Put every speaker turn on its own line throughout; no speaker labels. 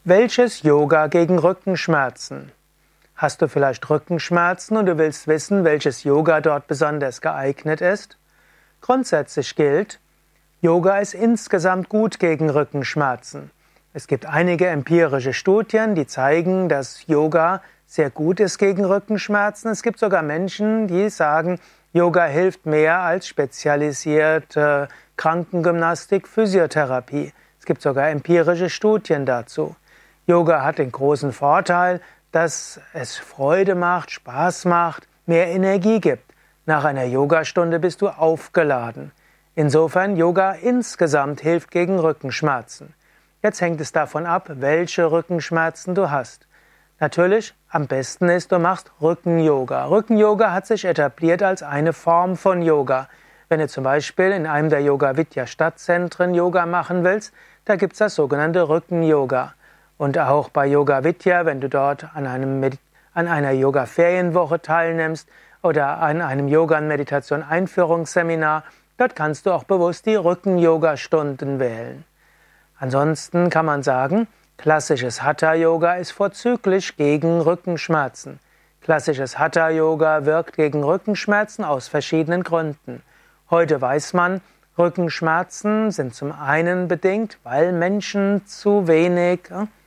Welches Yoga gegen Rückenschmerzen? Hast du vielleicht Rückenschmerzen und du willst wissen, welches Yoga dort besonders geeignet ist? Grundsätzlich gilt, Yoga ist insgesamt gut gegen Rückenschmerzen. Es gibt einige empirische Studien, die zeigen, dass Yoga sehr gut ist gegen Rückenschmerzen. Es gibt sogar Menschen, die sagen, Yoga hilft mehr als spezialisierte Krankengymnastik, Physiotherapie. Es gibt sogar empirische Studien dazu. Yoga hat den großen Vorteil, dass es Freude macht, Spaß macht, mehr Energie gibt. Nach einer Yogastunde bist du aufgeladen. Insofern, Yoga insgesamt hilft gegen Rückenschmerzen. Jetzt hängt es davon ab, welche Rückenschmerzen du hast. Natürlich, am besten ist, du machst Rücken-Yoga. Rücken-Yoga hat sich etabliert als eine Form von Yoga. Wenn du zum Beispiel in einem der Yoga-Vidya-Stadtzentren Yoga machen willst, da gibt es das sogenannte Rücken-Yoga. Und auch bei Yoga Vidya, wenn du dort an einer Yoga-Ferienwoche teilnimmst oder an einem Yoga-Meditation-Einführungsseminar, dort kannst du auch bewusst die Rücken-Yoga-Stunden wählen. Ansonsten kann man sagen, klassisches Hatha-Yoga ist vorzüglich gegen Rückenschmerzen. Klassisches Hatha-Yoga wirkt gegen Rückenschmerzen aus verschiedenen Gründen. Heute weiß man, Rückenschmerzen sind zum einen bedingt, weil Menschen zu wenig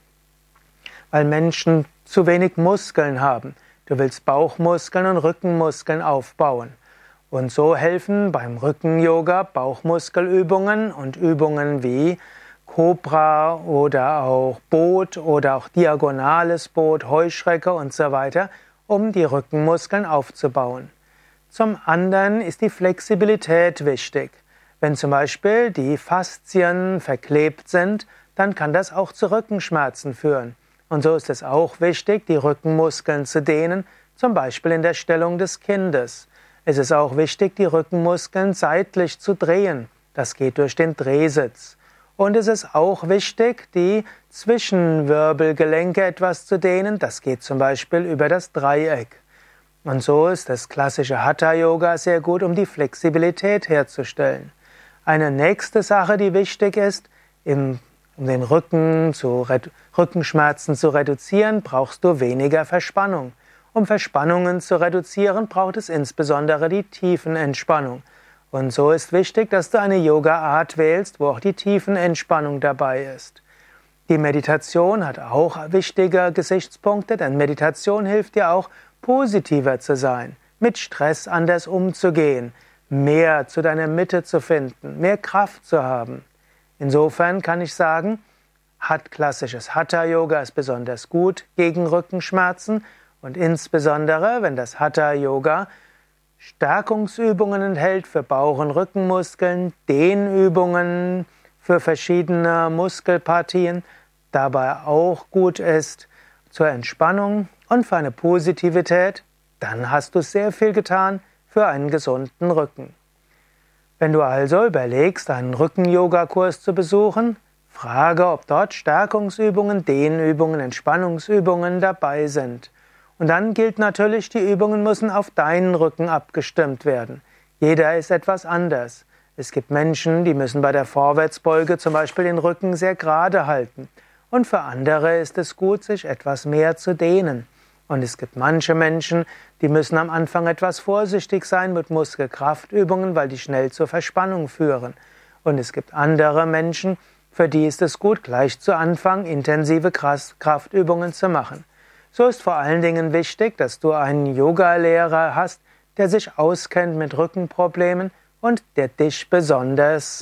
Muskeln haben. Du willst Bauchmuskeln und Rückenmuskeln aufbauen. Und so helfen beim Rücken-Yoga Bauchmuskelübungen und Übungen wie Cobra oder auch Boot oder auch diagonales Boot, Heuschrecke und so weiter, um die Rückenmuskeln aufzubauen. Zum anderen ist die Flexibilität wichtig. Wenn zum Beispiel die Faszien verklebt sind, dann kann das auch zu Rückenschmerzen führen. Und so ist es auch wichtig, die Rückenmuskeln zu dehnen, zum Beispiel in der Stellung des Kindes. Es ist auch wichtig, die Rückenmuskeln seitlich zu drehen. Das geht durch den Drehsitz. Und es ist auch wichtig, die Zwischenwirbelgelenke etwas zu dehnen. Das geht zum Beispiel über das Dreieck. Und so ist das klassische Hatha-Yoga sehr gut, um die Flexibilität herzustellen. Eine nächste Sache, die wichtig ist, um den Rückenschmerzen zu reduzieren, brauchst du weniger Verspannung. Um Verspannungen zu reduzieren, braucht es insbesondere die Tiefenentspannung. Und so ist wichtig, dass du eine Yoga-Art wählst, wo auch die Tiefenentspannung dabei ist. Die Meditation hat auch wichtige Gesichtspunkte, denn Meditation hilft dir auch, positiver zu sein, mit Stress anders umzugehen, mehr zu deiner Mitte zu finden, mehr Kraft zu haben. Insofern kann ich sagen, klassisches Hatha-Yoga ist besonders gut gegen Rückenschmerzen und insbesondere, wenn das Hatha-Yoga Stärkungsübungen enthält für Bauch- und Rückenmuskeln, Dehnübungen für verschiedene Muskelpartien, dabei auch gut ist zur Entspannung und für eine Positivität, dann hast du sehr viel getan für einen gesunden Rücken. Wenn du also überlegst, einen Rücken-Yoga-Kurs zu besuchen, frage, ob dort Stärkungsübungen, Dehnübungen, Entspannungsübungen dabei sind. Und dann gilt natürlich, die Übungen müssen auf deinen Rücken abgestimmt werden. Jeder ist etwas anders. Es gibt Menschen, die müssen bei der Vorwärtsbeuge zum Beispiel den Rücken sehr gerade halten. Und für andere ist es gut, sich etwas mehr zu dehnen. Und es gibt manche Menschen, die müssen am Anfang etwas vorsichtig sein mit Muskelkraftübungen, weil die schnell zur Verspannung führen. Und es gibt andere Menschen, für die ist es gut, gleich zu Anfang intensive Kraftübungen zu machen. So ist vor allen Dingen wichtig, dass du einen Yogalehrer hast, der sich auskennt mit Rückenproblemen und der dir besonders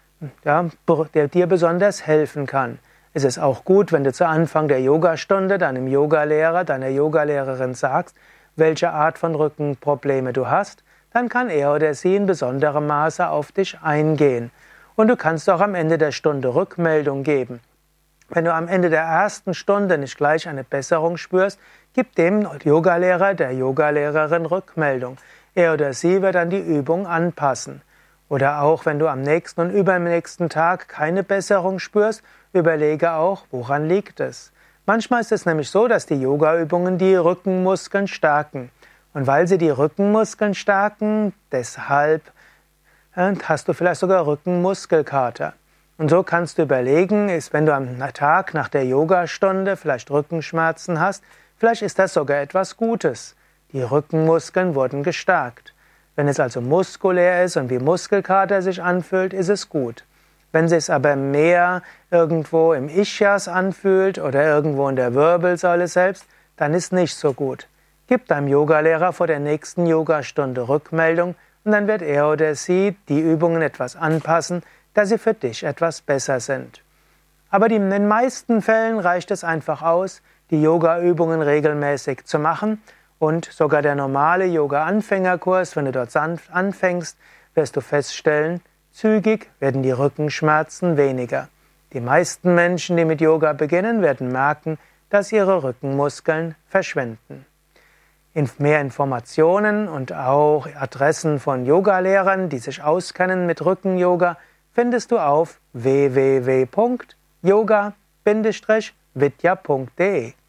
helfen kann. Es ist auch gut, wenn du zu Anfang der Yogastunde deinem Yogalehrer, deiner Yogalehrerin sagst, welche Art von Rückenprobleme du hast, dann kann er oder sie in besonderem Maße auf dich eingehen. Und du kannst auch am Ende der Stunde Rückmeldung geben. Wenn du am Ende der ersten Stunde nicht gleich eine Besserung spürst, gib dem Yogalehrer, der Yogalehrerin Rückmeldung. Er oder sie wird dann die Übung anpassen. Oder auch, wenn du am nächsten und übernächsten Tag keine Besserung spürst, überlege auch, woran liegt es. Manchmal ist es nämlich so, dass die Yogaübungen die Rückenmuskeln stärken. Und weil sie die Rückenmuskeln stärken, deshalb hast du vielleicht sogar Rückenmuskelkater. Und so kannst du überlegen, wenn du am Tag nach der Yogastunde vielleicht Rückenschmerzen hast, vielleicht ist das sogar etwas Gutes. Die Rückenmuskeln wurden gestärkt. Wenn es also muskulär ist und wie Muskelkater sich anfühlt, ist es gut. Wenn es sich aber mehr irgendwo im Ischias anfühlt oder irgendwo in der Wirbelsäule selbst, dann ist nicht so gut. Gib deinem Yogalehrer vor der nächsten Yogastunde Rückmeldung und dann wird er oder sie die Übungen etwas anpassen, dass sie für dich etwas besser sind. Aber in den meisten Fällen reicht es einfach aus, die Yoga-Übungen regelmäßig zu machen und sogar der normale Yoga-Anfängerkurs, wenn du dort sanft anfängst, wirst du feststellen, zügig werden die Rückenschmerzen weniger. Die meisten Menschen, die mit Yoga beginnen, werden merken, dass ihre Rückenmuskeln verschwinden. Mehr Informationen und auch Adressen von Yogalehrern, die sich auskennen mit Rücken-Yoga, findest du auf www.yoga-vidya.de